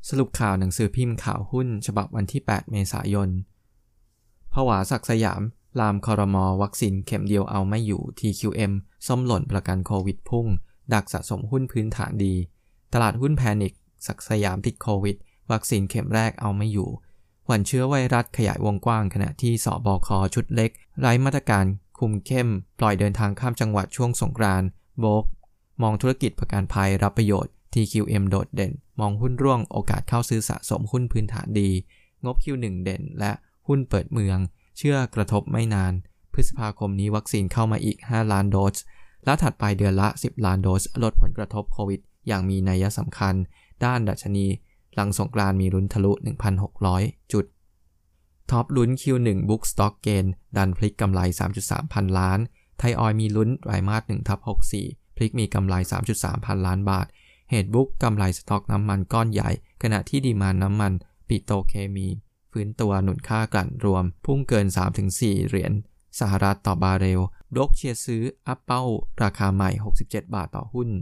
สรุปข่าวหนังสือพิมพ์ข่าวหุ้นฉบับวันที่8เมษายนผวาศักดิ์สยามลามครม.วัคซีนเข็มเดียวเอาไม่อยู่ TQM ส้มหล่นประกันโควิดพุ่งดักสะสมหุ้นพื้นฐานดีตลาดหุ้นแพนิคศักดิ์สยามติดโควิดวัคซีนเข็มแรกเอาไม่อยู่หวั่นเชื้อไวรัสขยายวงกว้างขณะที่สบคชุดเล็กไร้มาตรการคุมเข้มปล่อยเดินทางข้ามจังหวัดช่วงสงกรานต์โบกมองธุรกิจประกันภัยรับประโยชน์ TQM โดดเด่นมองหุ้นร่วงโอกาสเข้าซื้อสะสมหุ้นพื้นฐานดีงบ Q1 เด่นและหุ้นเปิดเมืองเชื่อกระทบไม่นานพฤษภาคมนี้วัคซีนเข้ามาอีก5ล้านโดสและถัดไปเดือนละ10ล้านโดสลดผลกระทบโควิดอย่างมีนัยสำคัญด้านดัชนีหลังสงกรานต์มีลุ้นทะลุ 1,600 จุดท็อปลุ้น Q1 Book Stock Gain ดันพลิกกำไร 3.3 พันล้านไทยออยล์มีลุ้นไตรมาส 1/64 พลิกมีกำไร 3.3 พันล้านบาทเฮดบุ๊กกำไรสต็อกน้ำมันก้อนใหญ่ขณะที่ดีมานด์น้ำมันปิโตรเคมีฟื้นตัวหนุนค่ากลั่นรวมพุ่งเกิน 3-4 เหรียญสหรัฐต่อบาร์เรลบล็อกเชียร์ซื้ออัพเป้าราคาใหม่67 บาทต่อหุ้น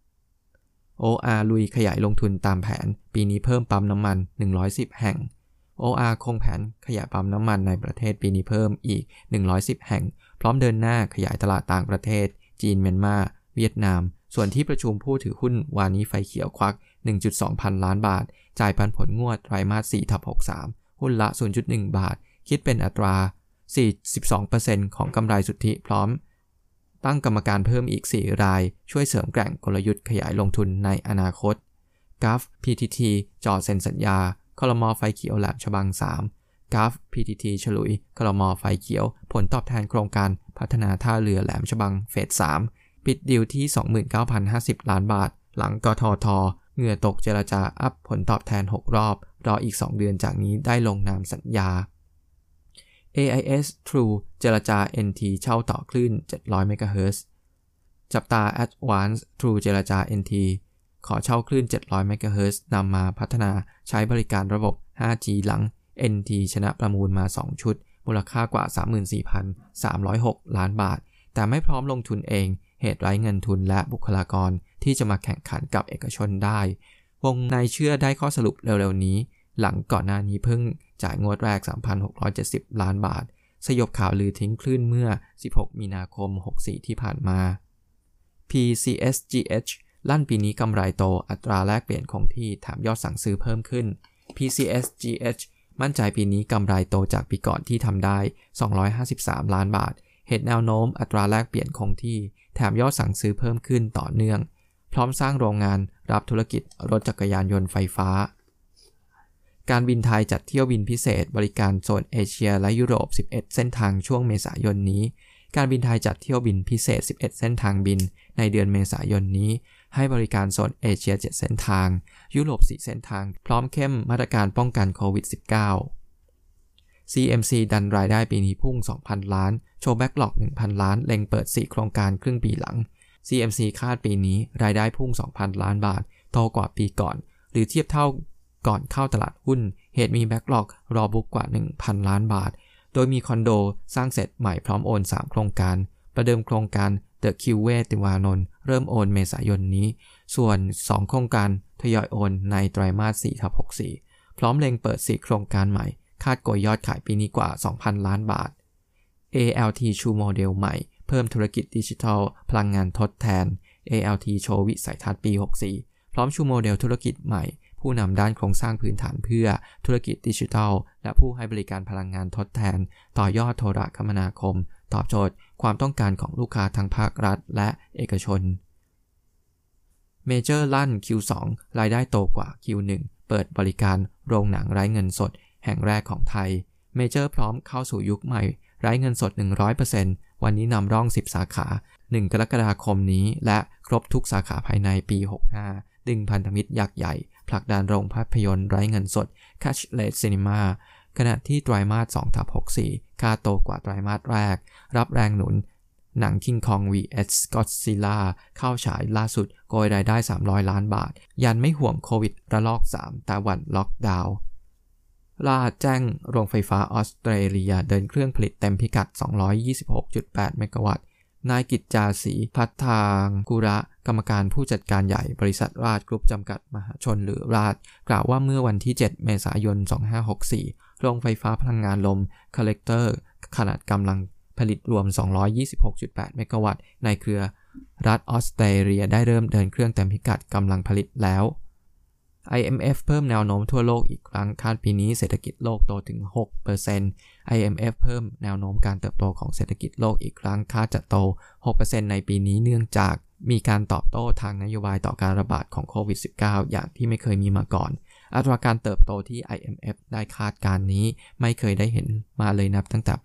OR ลุยขยายลงทุนตามแผนปีนี้เพิ่มปั๊มน้ำมัน110แห่ง OR คงแผนขยายปั๊มน้ำมันในประเทศปีนี้เพิ่มอีก110แห่งพร้อมเดินหน้าขยายตลาดต่างประเทศจีนเมียนมาเวียดนามส่วนที่ประชุมผู้ถือหุ้นวานี้ไฟเขียวควัก 1.2 พันล้านบาทจ่ายปันผลงวดไตรมาส 4/63 หุ้นละ 0.1 บาทคิดเป็นอัตรา 42% ของกำไรสุทธิพร้อมตั้งกรรมการเพิ่มอีก4รายช่วยเสริมแกร่งกลยุทธ์ขยายลงทุนในอนาคต GAF PTT จ่อเซ็นสัญญาคลม.ไฟเขียวแหลมฉบัง3 GAF PTT ฉลุยคลม.ไฟเขียวผลตอบแทนโครงการพัฒนาท่าเรือแหลมฉบังเฟส 3ปิดดีลที่ 29,050 ล้านบาทหลังกทท.เหงื่อตกเจรจาอัพผลตอบแทน6รอบรออีก2เดือนจากนี้ได้ลงนามสัญญา AIS True เจรจา NT เช่าต่อคลื่น700 เมกะเฮิรตซ์จับตา Advance True เจรจา NT ขอเช่าคลื่น700 เมกะเฮิรตซ์นำมาพัฒนาใช้บริการระบบ 5G หลัง NT ชนะประมูลมา2ชุดมูลค่ากว่า 34,306 ล้านบาทแต่ไม่พร้อมลงทุนเองเหตุไร้เงินทุนและบุคลากรที่จะมาแข่งขันกับเอกชนได้วงในเชื่อได้ข้อสรุปเร็วๆนี้หลังก่อนหน้านี้เพิ่งจ่ายงวดแรก 3,670 ล้านบาทสยบข่าวลือทิ้งคลื่นเมื่อ16มีนาคม64ที่ผ่านมา PCSGH ลั่นปีนี้กำไรโตอัตราแลกเปลี่ยนคงที่แถมยอดสั่งซื้อเพิ่มขึ้น PCSGH มั่นใจปีนี้กำไรโตจากปีก่อนที่ทำได้253ล้านบาทเหตุแนวโน้มอัตราแลกเปลี่ยนคงที่แถมยอดสั่งซื้อเพิ่มขึ้นต่อเนื่องพร้อมสร้างโรงงานรับธุรกิจรถจักรยานยนต์ไฟฟ้าการบินไทยจัดเที่ยวบินพิเศษบริการโซนเอเชียและยุโรป11เส้นทางช่วงเมษายนนี้การบินไทยจัดเที่ยวบินพิเศษ11เส้นทางบินในเดือนเมษายนนี้ให้บริการโซนเอเชีย7เส้นทางยุโรป4เส้นทางพร้อมเข้มมาตรการป้องกันโควิด -19 CMC ดันรายได้ปีนี้พุ่ง 2,000 ล้านโชว์แบ็กหลอก 1,000 ล้านเล็งเปิด4โครงการครึ่งปีหลัง CMC คาดปีนี้รายได้พุ่ง 2,000 ล้านบาทโตกว่าปีก่อนหรือเทียบเท่าก่อนเข้าตลาดหุ้นเหตุมีแบ็กหลอกรอบุ๊กกว่า 1,000 ล้านบาทโดยมีคอนโดสร้างเสร็จใหม่พร้อมโอน3โครงการประเดิมโครงการ The QW ติวานนท์เริ่มโอนเมษายนนี้ส่วน2โครงการทยอยโอนในไตรมาส 4/64 พร้อมเล็งเปิด4โครงการใหม่คาดโกยยอดขายปีนี้กว่า 2,000 ล้านบาท ALT True Model ใหม่เพิ่มธุรกิจดิจิทัลพลังงานทดแทน ALT โชว์วิสัยทัศน์ปี 64 พร้อม True Model ธุรกิจใหม่ผู้นำด้านโครงสร้างพื้นฐานเพื่อธุรกิจดิจิทัลและผู้ให้บริการพลังงานทดแทนต่อยอดโทรคมนาคมตอบโจทย์ความต้องการของลูกค้าทั้งภาครัฐและเอกชนเมเจอร์ลั่น Q2 รายได้โตกว่า Q1 เปิดบริการโรงหนังไร้เงินสดแห่งแรกของไทยเมเจอร์พร้อมเข้าสู่ยุคใหม่ไร้เงินสด 100% วันนี้นำร่อง10สาขา1กรกฎาคมนี้และครบทุกสาขาภายในปี65ดึงพันธมิตรยักษ์ใหญ่ผลักดันโรงภาพยนตร์ไร้เงินสด Cashless Cinema ขณะที่ไตรมาส 2/64 ค่าโตกว่าไตรมาสแรกรับแรงหนุนหนัง King Kong vs Godzilla เข้าฉายล่าสุดโกยรายได้300ล้านบาทยันไม่ห่วงโควิดระลอก3แต่วันล็อกดาวน์ล่าแจ้งโรงไฟฟ้าออสเตรเลียเดินเครื่องผลิตเต็มพิกัด 226.8 เมกะวัตต์นายกิจจาศรีพัฒางกุระกรรมการผู้จัดการใหญ่บริษัทราชกรุ๊ปจำกัดมหาชนหรือราชกล่าวว่าเมื่อวันที่7เมษายน2564โรงไฟฟ้าพลังงานลมคอลเลกเตอร์ขนาดกำลังผลิตรวม 226.8 เมกะวัตต์ในเครือรัฐออสเตรเลียได้เริ่มเดินเครื่องเต็มพิกัดกำลังผลิตแล้ว IMF เพิ่มแนวโน้มทั่วโลกอีกครั้งคาดปีนี้เศรษฐกิจโลกโตถึง 6% IMF เพิ่มแนวโน้มการเติบโตของเศรษฐกิจโลกอีกครั้งคาดจะโต 6% ในปีนี้เนื่องจากมีการตอบโต้ทางนโยบายต่อการระบาดของโควิด -19 อย่างที่ไม่เคยมีมาก่อนอัตราการเติบโตที่ IMF ได้คาดการณ์นี้ไม่เคยได้เห็นมาเลยนับตั้งแต่ปี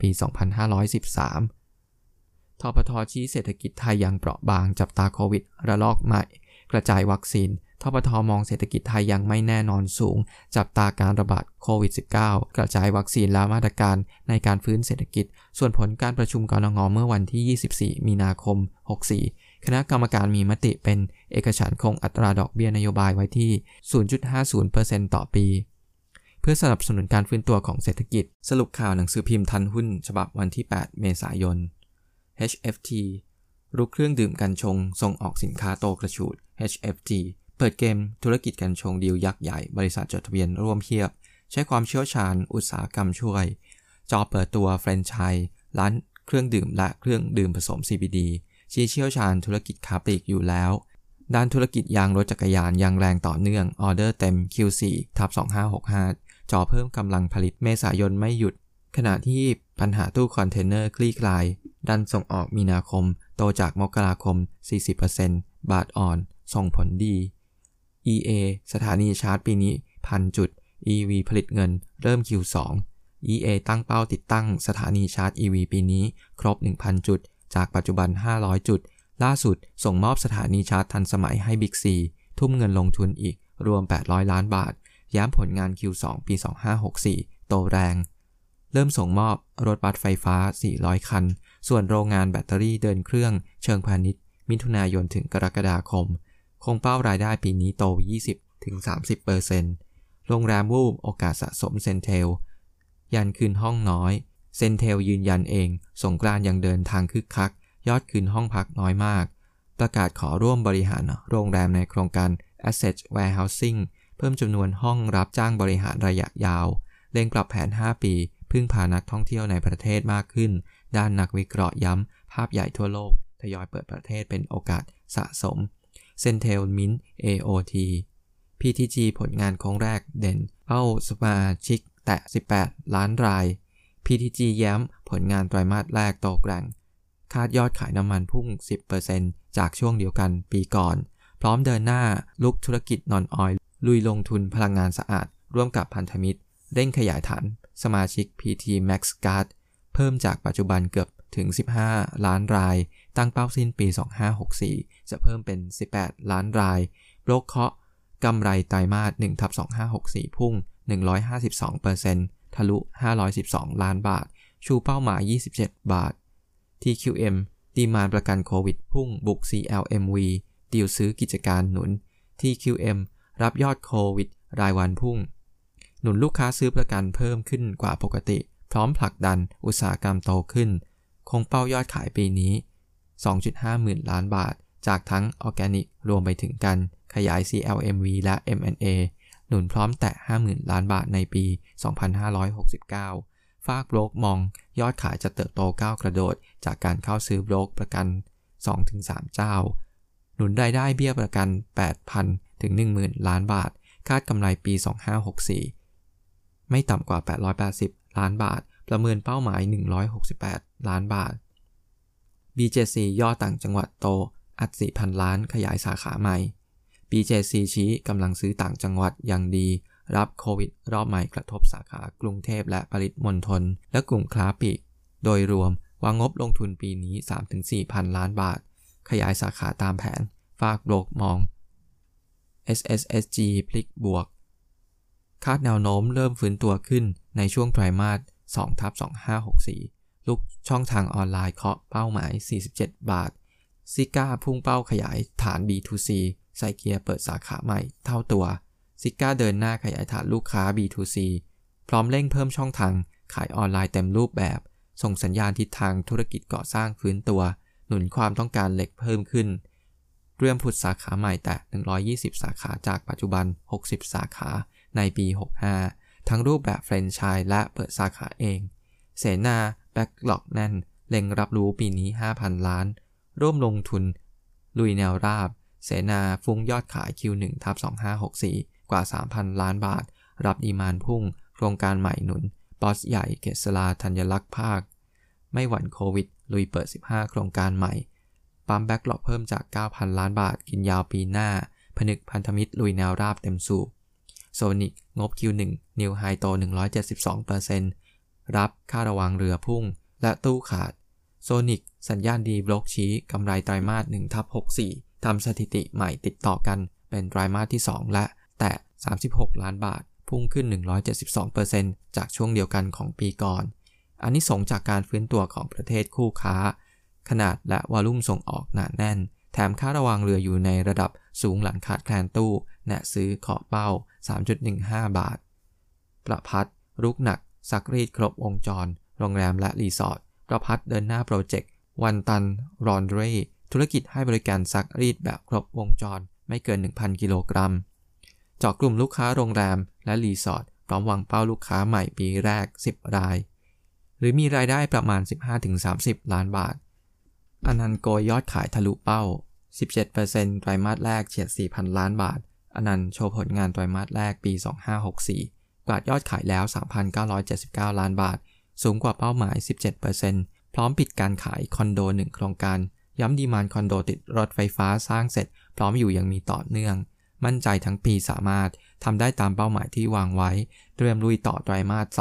2513 ธปท.ชี้เศรษฐกิจไทยยังเปราะบางจับตาโควิดระลอกใหม่กระจายวัคซีนธปท.มองเศรษฐกิจไทยยังไม่แน่นอนสูงจับตาการระบาดโควิด -19 กระจายวัคซีนและมาตรการในการฟื้นเศรษฐกิจส่วนผลการประชุมกนง.เมื่อวันที่24มีนาคม64คณะกรรมการมีมติเป็นเอกฉันท์คงอัตราดอกเบี้ยนโยบายไว้ที่ 0.50% ต่อปีเพื่อสนับสนุนการฟื้นตัวของเศรษฐกิจสรุปข่าวหนังสือพิมพ์ทันหุ้นฉบับวันที่8เมษายน HFT รุกเครื่องดื่มกัญชงส่งออกสินค้าโตกระฉูด HFT เปิดเกมธุรกิจกัญชงดีลยักษ์ใหญ่บริษัทจดทะเบียนร่วมเทียบใช้ความเชี่ยวชาญอุตสาหกรรมช่วยจอเปิดตัวแฟรนไชส์ร้านเครื่องดื่มและเครื่องดื่มผสม CBD ชี้เชี่ยวชาญธุรกิจค้าปลีกอยู่แล้วด้านธุรกิจยางรถจักรยานยังแรงต่อเนื่องออเดอร์เต็ม Q4/2565 จอเพิ่มกำลังผลิตเมษายนไม่หยุดขณะที่ปัญหาตู้คอนเทนเนอร์คลี่คลายดันส่งออกมีนาคมโตจากมกราคม 40% บาทอ่อนส่งผลดี EA สถานีชาร์จปีนี้ 1,000 จุด EV ผลิตเงินเริ่ม Q2 EA ตั้งเป้าติดตั้งสถานีชาร์จ EV ปีนี้ครบ 1,000 จุดจากปัจจุบัน500จุดล่าสุดส่งมอบสถานีชาร์จทันสมัยให้ Big C ทุ่มเงินลงทุนอีกรวม800ล้านบาทย้ำผลงาน Q2 ปี2564โตแรงเริ่มส่งมอบรถบัสไฟฟ้า400คันส่วนโรงงานแบตเตอรี่เดินเครื่องเชิงพาณิชย์มิถุนายนถึงกรกฎาคมคงเป้ารายได้ปีนี้โต 20-30% โรงแรมวูบโอกาสสะสมเซนเทลยันคืนห้องน้อยเซนเทลยืนยันเองสงกรานต์ยังเดินทางคึกคักยอดคืนห้องพักน้อยมากประกาศขอร่วมบริหารโรงแรมในโครงการ Asset Warehousing เพิ่มจำนวนห้องรับจ้างบริหารระยะยาวเร่งปรับแผน5ปีพึ่งพานักท่องเที่ยวในประเทศมากขึ้นด้านนักวิเคราะห์ย้ำภาพใหญ่ทั่วโลกทยอยเปิดประเทศเป็นโอกาสสะสม Centel Mint AOT PTG ผลงานโค้งแรกเด่นเป้าสมาชิกแตะ18ล้านราย PTG แย้มผลงานไตรมาสแรกโตแกร่งคาดยอดขายน้ำมันพุ่ง 10% จากช่วงเดียวกันปีก่อนพร้อมเดินหน้าลุกธุรกิจนอนออยล์ลุยลงทุนพลังงานสะอาดร่วมกับพันธมิตรเร่งขยายฐานสมาชิก PT Max Card เพิ่มจากปัจจุบันเกือบถึง15ล้านรายตั้งเป้าสิ้นปี2564จะเพิ่มเป็น18ล้านรายโบรกเคาะกำไรไตรมาส 1/2564 พุ่ง 152% ทะลุ512ล้านบาทชูเป้าหมาย27บาท TQM ดีมานด์ประกันโควิดพุ่งบุก CLMV ดีลซื้อกิจการหนุน TQM รับยอดโควิดรายวันพุ่งหนุนลูกค้าซื้อประกันเพิ่มขึ้นกว่าปกติพร้อมผลักดันอุตสาหกรรมโตขึ้นคงเป้ายอดขายปีนี้ 2.5 หมื่นล้านบาทจากทั้งออร์แกนิกรวมไปถึงการขยาย CLMV และ M&A หนุนพร้อมแตะ 50,000 ล้านบาทในปี 2569 ฝากโบรกมองยอดขายจะเติบโตก้าวกระโดดจากการเข้าซื้อโบรกประกัน 2-3 เจ้าหนุนรายได้เบี้ยประกัน 8,000 ถึง 10,000 ล้านบาทคาดกำไรปี 2564 ไม่ต่ำกว่า 880 ล้านบาทประเมินเป้าหมาย 168 ล้านบาท BJC ย่อต่างจังหวัดโตอัด 4,000 ล้านขยายสาขาใหม่ BJC ชี้กำลังซื้อต่างจังหวัดอย่างดีรับโควิดรอบใหม่กระทบสาขากรุงเทพและปริมณฑลและกลุ่มค้าปลีกโดยรวมวางงบลงทุนปีนี้ 3-4 พันล้านบาทขยายสาขาตามแผนฝากโบรกมอง SSSG พลิกบวกคาดแนวโน้มเริ่มฟื้นตัวขึ้นในช่วงไตรมาส 2/2564 ลูกช่องทางออนไลน์เคาะเป้าหมาย47บาทซิก้าพุ่งเป้าขยายฐาน B2C ไซเกียเปิดสาขาใหม่เท่าตัวซิก้าเดินหน้าขยายฐานลูกค้า B2C พร้อมเร่งเพิ่มช่องทางขายออนไลน์เต็มรูปแบบส่งสัญญาณทิศทางธุรกิจก่อสร้างฟื้นตัวหนุนความต้องการเหล็กเพิ่มขึ้นเตรียมผุดสาขาใหม่แตะ120 สาขาจากปัจจุบัน60 สาขาในปี65ทั้งรูปแบบแฟรนไชส์และเปิดสาขาเองเสนาแบ็คล็อกแน่นเล็งรับรู้ปีนี้ 5,000 ล้านร่วมลงทุนลุยแนวราบเสนาฟุ้งยอดขาย Q1/2564 กว่า 3,000 ล้านบาทรับดีมานด์พุ่งโครงการใหม่หนุนบอสใหญ่เกษราธัญลักษณ์ภาคไม่หวั่นโควิดลุยเปิด15โครงการใหม่ปั๊มแบ็คล็อกเพิ่มจาก 9,000 ล้านบาทกินยาวปีหน้าผนึกพันธมิตรลุยแนวราบเต็มสูบโซนิกงบ Q1 นิวไฮโต 172% รับค่าระวังเรือพุ่งและตู้ขาดโซนิกสัญญาณดีบล็อกชี้กำไรไตรมาส 1/64 ทำสถิติใหม่ติดต่อกันเป็นไตรมาสที่ 2 และแตะ36 ล้านบาทพุ่งขึ้น 172% จากช่วงเดียวกันของปีก่อนอานิสงส์จากการฟื้นตัวของประเทศคู่ค้าขนาดและวอลุ่มส่งออกหนาแน่นแถมค่าระวังเรืออยู่ในระดับสูงหลังขาดแคลนตู้แนะซื้อเคาะเป้า 3.15 บาทประพัฒน์รุกหนักซักรีดครบวงจรโรงแรมและรีสอร์ทประพัฒน์เดินหน้าโปรเจกต์วันตันรอนเดรธุรกิจให้บริการซักรีดแบบครบวงจรไม่เกิน 1,000 กิโลกรัมเจาะกลุ่มลูกค้าโรงแรมและรีสอร์ทพร้อมวางเป้าลูกค้าใหม่ปีแรก10 รายหรือมีรายได้ประมาณ 15-30 ล้านบาทอนันต์โกยยอดขายทะลุเป้า 17% ไตรมาสแรกเฉียด 4,000 ล้านบาทอนันต์โชว์ผลงานไตรมาสแรกปี 2564 กวาดยอดขายแล้ว 3,979 ล้านบาทสูงกว่าเป้าหมาย 17% พร้อมปิดการขายคอนโด1โครงการย้ำดีมานด์คอนโดติดรถไฟฟ้าสร้างเสร็จพร้อมอยู่ยังมีต่อเนื่องมั่นใจทั้งปีสามารถทำได้ตามเป้าหมายที่วางไว้เตรียมลุยต่อไตรมาส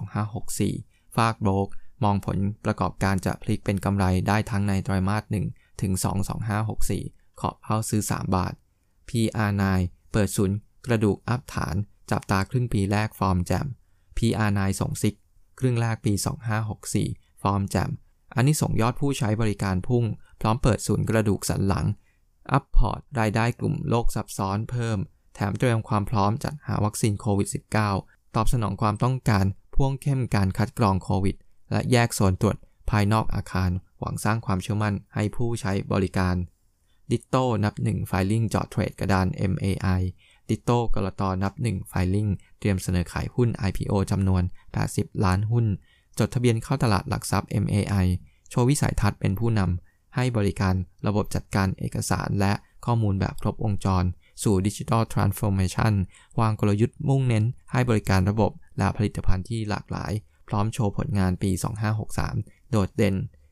2/2564 ฝากโบรกมองผลประกอบการจะพลิกเป็นกำไรได้ทั้งในไตรมาส 1 ถึง 2/2564 ขอเป้าซื้อ 3 บาท PR9 เปิดศูนย์กระดูกอัพฐานจับตาครึ่งปีแรกฟอร์มแจ่ม PR9 ส่งซิกครึ่งแรกปี 2564 ฟอร์มแจ่มอันนี้ส่งยอดผู้ใช้บริการพุ่งพร้อมเปิดศูนย์กระดูกสันหลังอัพพอร์ตรายได้กลุ่มโรคซับซ้อนเพิ่มแถมเตรียมความพร้อมจัดหาวัคซีนโควิด -19 ตอบสนองความต้องการพ่วงเข้มการคัดกรองโควิดและแยกโซนตรวจภายนอกอาคารหวังสร้างความเชื่อมั่นให้ผู้ใช้บริการดิโต้นับ1ไฟลิ่งเจาะเทรดกระดาน MAI ดิโต้กลตนับ1ไฟลิ่งเตรียมเสนอขายหุ้น IPO จำนวน80ล้านหุ้นจดทะเบียนเข้าตลาดหลักทรัพย์ MAI โชว์วิสัยทัศน์เป็นผู้นำให้บริการระบบจัดการเอกสารและข้อมูลแบบครบวงจรสู่ Digital Transformation วางกลยุทธ์มุ่งเน้นให้บริการระบบและผลิตภัณฑ์ที่หลากหลายพร้อมโชว์ผลงานปี 2563 โดดเด่น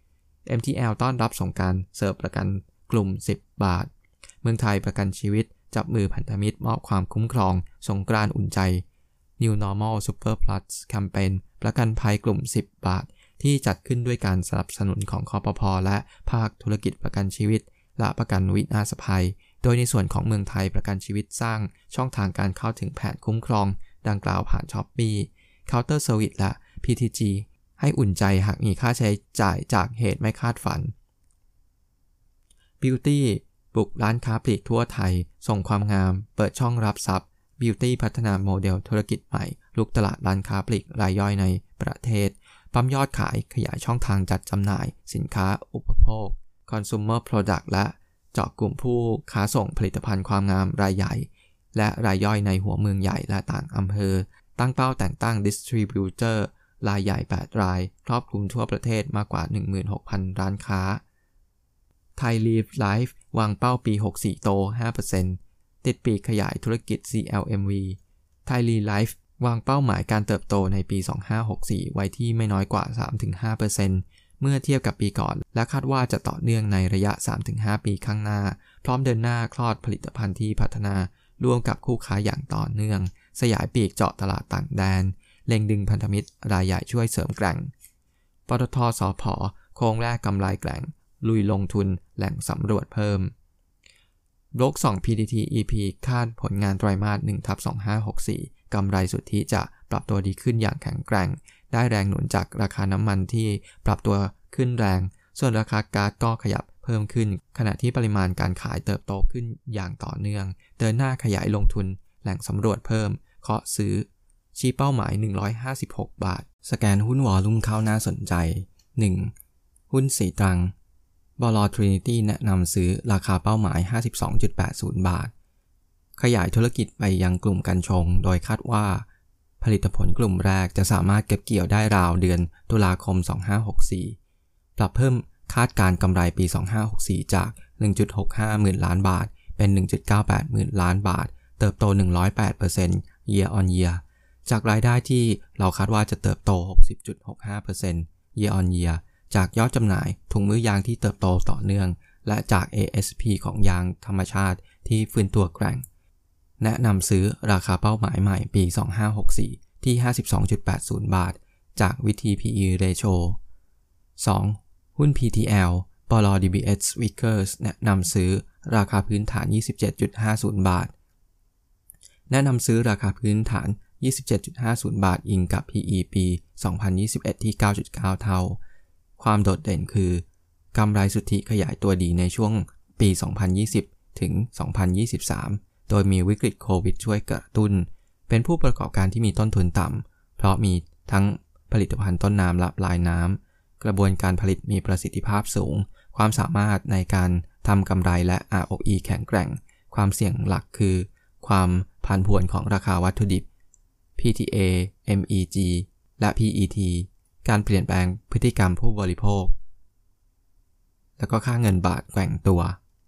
MTL ต้อนรับสงกรานต์เสิร์ฟประกันกลุ่ม10 บาทเมืองไทยประกันชีวิตจับมือพันธมิตรมอบความคุ้มครองสงกรานต์อุ่นใจ New Normal Super Plus แคมเปญประกันภัยกลุ่ม10 บาทที่จัดขึ้นด้วยการสนับสนุนของคปภ.และภาคธุรกิจประกันชีวิตและประกันวินาศภัยโดยในส่วนของเมืองไทยประกันชีวิตสร้างช่องทางการเข้าถึงแผนคุ้มครองดังกล่าวผ่าน Shopee Counter Service และ PTG ให้อุ่นใจหากมีค่าใช้จ่ายจากเหตุไม่คาดฝัน Beauty บุกร้านค้าปลีกทั่วไทยส่งความงามเปิดช่องรับทรัพย์ Beauty พัฒนาโมเดลธุรกิจใหม่ลุกตลาดร้านค้าปลีกรายย่อยในประเทศปั๊มยอดขายขยายช่องทางจัดจำหน่ายสินค้าอุปโภค Consumer Product และเจาะกลุ่มผู้ค้าส่งผลิตภัณฑ์ความงามรายใหญ่และรายย่อยในหัวเมืองใหญ่และต่างอำเภอตั้งเป้าแต่งตั้ง Distributor รายใหญ่8 รายครอบคลุมทั่วประเทศมากกว่า 16,000 ร้านค้า Thai Leaf Life วางเป้าปี 64 โต 5% ติดปีกขยายธุรกิจ CLMV Thai Leaf Life วางเป้าหมายการเติบโตในปี 2564 ไว้ที่ไม่น้อยกว่า 3-5% เมื่อเทียบกับปีก่อนและคาดว่าจะต่อเนื่องในระยะ 3-5 ปีข้างหน้าพร้อมเดินหน้าคลอดผลิตภัณฑ์ที่พัฒนาร่วมกับคู่ค้าอย่างต่อเนื่องสยายปีกเจาะตลาดต่างแดนเล็งดึงพันธมิตรรายใหญ่ช่วยเสริมแกร่งปตท.สผ.โครงแรกกำไรแกร่งลุยลงทุนแหล่งสำรวจเพิ่มโบรก2 PTT EP คาดผลงานไตรมาส 1/2564 กำไรสุทธิจะปรับตัวดีขึ้นอย่างแข็งแกร่งได้แรงหนุนจากราคาน้ำมันที่ปรับตัวขึ้นแรงส่วนราคาก๊าซก็ขยับเพิ่มขึ้นขณะที่ปริมาณการขายเติบโตขึ้นอย่างต่อเนื่องเดินหน้าขยายลงทุนแหล่งสำรวจเพิ่มเคาะซื้อชี้เป้าหมาย156 บาทสแกนหุ้นวอลุ่มเข้าน่าสนใจ 1. หุ้นสีตรังบล. Trinity แนะนำซื้อราคาเป้าหมาย 52.80 บาทขยายธุรกิจไปยังกลุ่มกัญชงโดยคาดว่าผลิตผลกลุ่มแรกจะสามารถเก็บเกี่ยวได้ราวเดือนตุลาคม 2564 ปรับเพิ่มคาดการกำไรปี 2564 จาก 1.65 หมื่นล้านบาทเป็น 1.98 หมื่นล้านบาทเติบโต 108% year on year จากรายได้ที่เราคาดว่าจะเติบโต 60.65% year on year จากยอดจำหน่ายถุงมือยางที่เติบโตต่อเนื่องและจาก ASP ของยางธรรมชาติที่ฟื้นตัวแกร่งแนะนำซื้อราคาเป้าหมายใหม่ปี 2564 ที่ 52.80 บาทจากวิธี PE ratio 2. หุ้น PTL ปล. DBS Vickers แนะนำซื้อราคาพื้นฐาน 27.50 บาทแนะนำซื้อราคาพื้นฐาน 27.50 บาทอิงกับ PE ปี 2021 ที่ 9.9 เท่าความโดดเด่นคือกำไรสุทธิขยายตัวดีในช่วงปี 2020 ถึง 2023 โดยมีวิกฤตโควิดช่วยกระตุ้นเป็นผู้ประกอบการที่มีต้นทุนต่ำเพราะมีทั้งผลิตภัณฑ์ต้นน้ำและปลายน้ำกระบวนการผลิตมีประสิทธิภาพสูงความสามารถในการทำกำไรและ ROE แข็งแกร่งความเสี่ยงหลักคือความผันผวนของราคาวัตถุดิบ PTA MEG และ PET การเปลี่ยนแปลงพฤติกรรมผู้บริโภคแล้วก็ค่าเงินบาทแกว่งตัว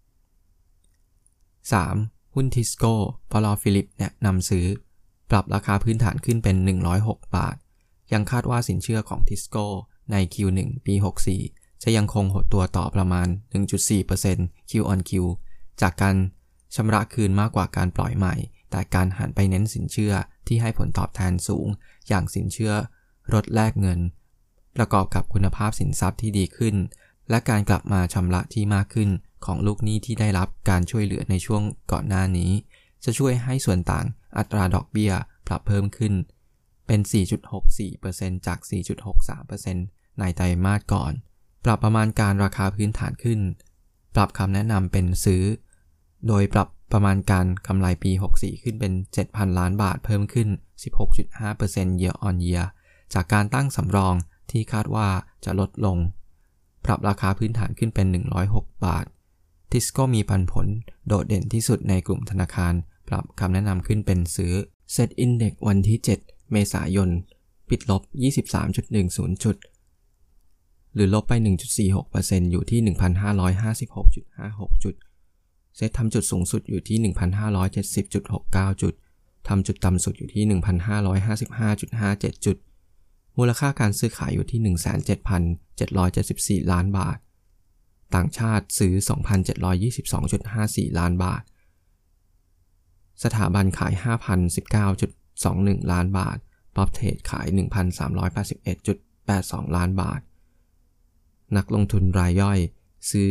3. หุ้นทิสโก้ปล. ฟิลิปแนะนำซื้อปรับราคาพื้นฐานขึ้นเป็น106 บาทยังคาดว่าสินเชื่อของทิสโก้ใน Q1 ปี 64 จะยังคงหดตัวต่อประมาณ 1.4% Q on Q จากการชำระคืนมากกว่าการปล่อยใหม่แต่การหันไปเน้นสินเชื่อที่ให้ผลตอบแทนสูงอย่างสินเชื่อรถแลกเงินประกอบกับคุณภาพสินทรัพย์ที่ดีขึ้นและการกลับมาชำระที่มากขึ้นของลูกหนี้ที่ได้รับการช่วยเหลือในช่วงก่อนหน้านี้จะช่วยให้ส่วนต่างอัตราดอกเบี้ยปรับเพิ่มขึ้นเป็น 4.64% จาก 4.63% ในไตรมาสก่อนปรับประมาณการราคาพื้นฐานขึ้นปรับคำแนะนำเป็นซื้อโดยปรับประมาณการกำไรปี 64 ขึ้นเป็น 7,000 ล้านบาทเพิ่มขึ้น 16.5% year on year จากการตั้งสำรองที่คาดว่าจะลดลงปรับราคาพื้นฐานขึ้นเป็น106 บาททิสโก้มีปันผลโดดเด่นที่สุดในกลุ่มธนาคารปรับคำแนะนำขึ้นเป็นซื้อ Set Index วันที่ 7 เมษายนปิดลบ 23.10 จุดหรือลบไป 1.46% อยู่ที่ 1,556.56 จุดเซตทำจุดสูงสุดอยู่ที่ 1,570.69 จุดทำจุดต่ำสุดอยู่ที่ 1,555.57 จุดมูลค่าการซื้อขายอยู่ที่ 17,774 ล้านบาทต่างชาติซื้อ 2,722.54 ล้านบาทสถาบันขาย 5,019.21 ล้านบาทป๊อปเทรดขาย 1,381.82 ล้านบาทนักลงทุนรายย่อยซื้อ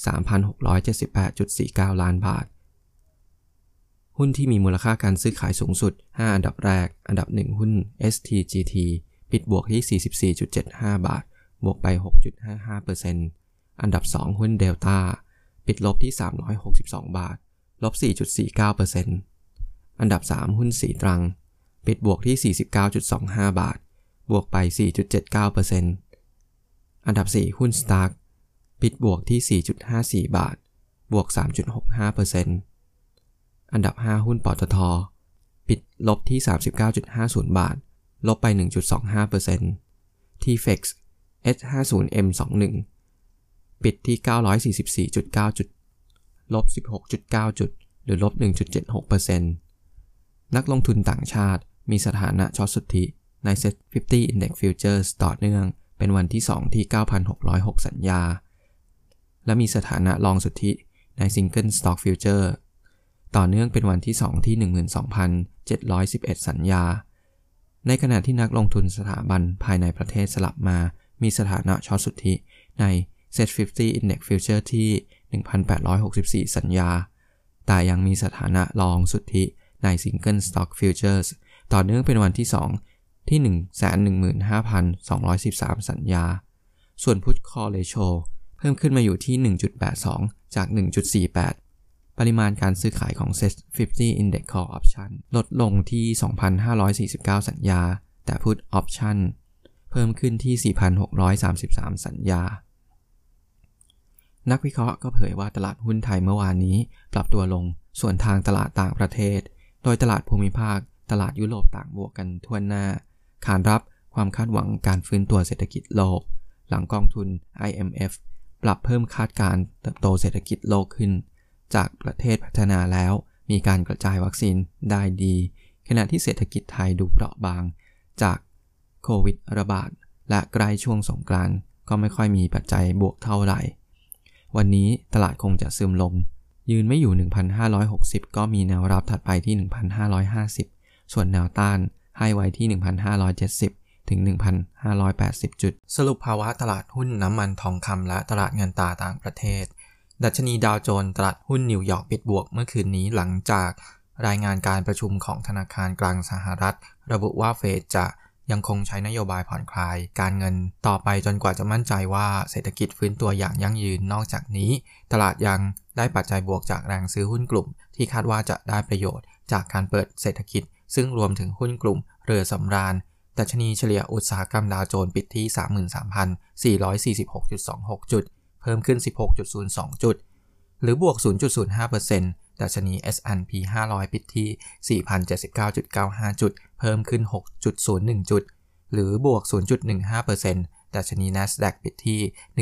3,678.49 ล้านบาทหุ้นที่มีมูลค่าการซื้อขายสูงสุด5อันดับแรกอันดับ1หุ้น STGT ปิดบวกที่ 44.75 บาทบวกไป 6.55% อันดับ2หุ้น Delta ปิดลบที่362บาทลบ 4.49% อันดับ3หุ้นสีตรังปิดบวกที่ 49.25 บาทบวกไป 4.79% อันดับ4หุ้น Stark ปิดบวกที่ 4.54 บาทบวก 3.65% อันดับ5หุ้นปตท.ปิดลบที่ 39.50 บาทลบไป 1.25% TFEX S50M21 ปิดที่ 944.9 จุดลบ 16.9 จุดหรือลบ 1.76% นักลงทุนต่างชาติมีสถานะช็อตสุทธิใน Set 50 Index Futures ต่อเนื่องเป็นวันที่2ที่ 9,606 สัญญาและมีสถานะลองสุทธิใน Single Stock Future ต่อเนื่องเป็นวันที่2ที่ 12,711 สัญญาในขณะที่นักลงทุนสถาบันภายในประเทศสลับมามีสถานะช็อตสุทธิใน Set 50 Index Future ที่ 1,864 สัญญาแต่ยังมีสถานะลองสุทธิใน Single Stock Futures ต่อเนื่องเป็นวันที่2ที่ 115,213 สัญญาส่วน Put Call Ratio เพิ่มขึ้นมาอยู่ที่ 1.82 จาก 1.48 ปริมาณการซื้อขายของ Set 50 Index Call Option ลดลงที่ 2,549 สัญญาแต่ Put Option เพิ่มขึ้นที่ 4,633 สัญญานักวิเคราะห์ก็เผยว่าตลาดหุ้นไทยเมื่อวานนี้ปรับตัวลงส่วนทางตลาดต่างประเทศโดยตลาดภูมิภาคตลาดยุโรปต่างบวกกันทั่วหน้าขานรับความคาดหวังการฟื้นตัวเศรษฐกิจโลกหลังกองทุน IMF ปรับเพิ่มคาดการณ์เติบโตเศรษฐกิจโลกขึ้นจากประเทศพัฒนาแล้วมีการกระจายวัคซีนได้ดีขณะที่เศรษฐกิจไทยดูเปราะบางจากโควิดระบาดและใกล้ช่วงสงกรานต์ก็ไม่ค่อยมีปัจจัยบวกเท่าไหร่วันนี้ตลาดคงจะซึมลงยืนไม่อยู่ 1,560 ก็มีแนวรับถัดไปที่ 1,550 ส่วนแนวต้านให้ไว้ที่ 1,570 ถึง 1,580 จุดสรุปภาวะตลาดหุ้นน้ำมันทองคำและตลาดเงินตราต่างประเทศดัชนีดาวโจนส์ตลาดหุ้นนิวยอร์กปิดบวกเมื่อคืนนี้หลังจากรายงานการประชุมของธนาคารกลางสหรัฐระบุว่าเฟดจะยังคงใช้นโยบายผ่อนคลายการเงินต่อไปจนกว่าจะมั่นใจว่าเศรษฐกิจฟื้นตัวอย่างยั่งยืนนอกจากนี้ตลาดยังได้ปัจจัยบวกจากแรงซื้อหุ้นกลุ่มที่คาดว่าจะได้ประโยชน์จากการเปิดเศรษฐกิจซึ่งรวมถึงหุ้นกลุ่มเรือสำราญดัชนีเฉลี่ยอุตสาหกรรมดาวโจนส์ปิดที่ 33,446.26 จุดเพิ่มขึ้น 16.02 จุดหรือบวก 0.05% ดัชนี S&P 500 ปิดที่ 4,079.95 จุดเพิ่มขึ้น 6.01 จุดหรือบวก 0.15% ดัชนี NASDAQ ปิดที่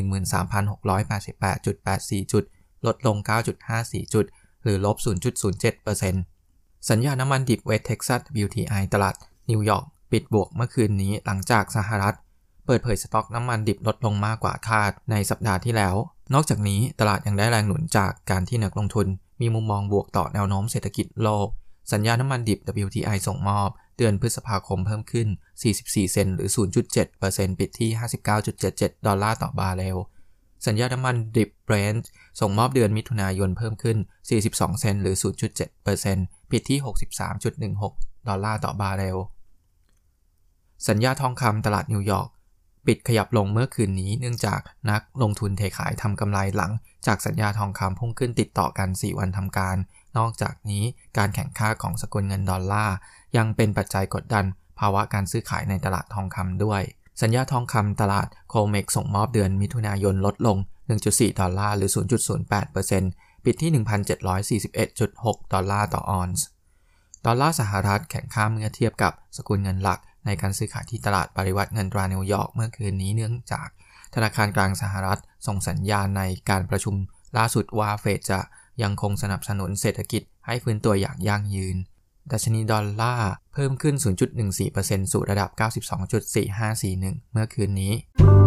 13,688.84 จุดลดลง 9.54 จุดหรือลบ 0.07% สัญญาน้ำมันดิบเวสต์เท็กซัส WTI ตลาดนิวยอร์กปิดบวกเมื่อคืนนี้หลังจากสหรัฐเปิดเผยสต็อกน้ำมันดิบลดลงมากกว่าคาดในสัปดาห์ที่แล้วนอกจากนี้ตลาดยังได้แรงหนุนจากการที่นักลงทุนมีมุมมองบวกต่อแนวโน้มเศรษฐกิจโลกสัญญาน้ำมันดิบ WTI ส่งมอบเดือนพฤษภาคมเพิ่มขึ้น44เซนต์หรือ 0.7% ปิดที่ 59.77 ดอลลาร์ต่อบาร์เรลสัญญาน้ำมันดิบ Brent ส่งมอบเดือนมิถุนายนเพิ่มขึ้น42เซนต์หรือ 0.7% ปิดที่ 63.16 ดอลลาร์ต่อบาร์เรลสัญญาทองคำตลาดนิวยอร์กปิดขยับลงเมื่อคืนนี้เนื่องจากนักลงทุนเทขายทำกำไรหลังจากสัญญาทองคำพุ่งขึ้นติดต่อกัน4วันทำการนอกจากนี้การแข่งข้าของสกุลเงินดอลลาร์ยังเป็นปัจจัยกดดันภาวะการซื้อขายในตลาดทองคำด้วยสัญญาทองคำตลาดโคเมกส่งมอบเดือนมิถุนายนลดลง 1.4 ดอลลาร์หรือ 0.08% ปิดที่ 1,741.6 ดอลลาร์ต่อออนซ์ดอลลาร์สหรัฐแข็งค่าเมื่อเทียบกับสกุลเงินหลักในการซื้อขายที่ตลาดปริวัติเงินตรานิวยอร์กเมื่อคืนนี้เนื่องจากธนาคารกลางสหรัฐส่งสัญญาณในการประชุมล่าสุดว่าเฟดจะยังคงสนับสนุนเศรษฐกิจให้ฟื้นตัวอย่างยั่งยืนดัชนีดอลลาร์เพิ่มขึ้น 0.14% สู่ระดับ 92.4541 เมื่อคืนนี้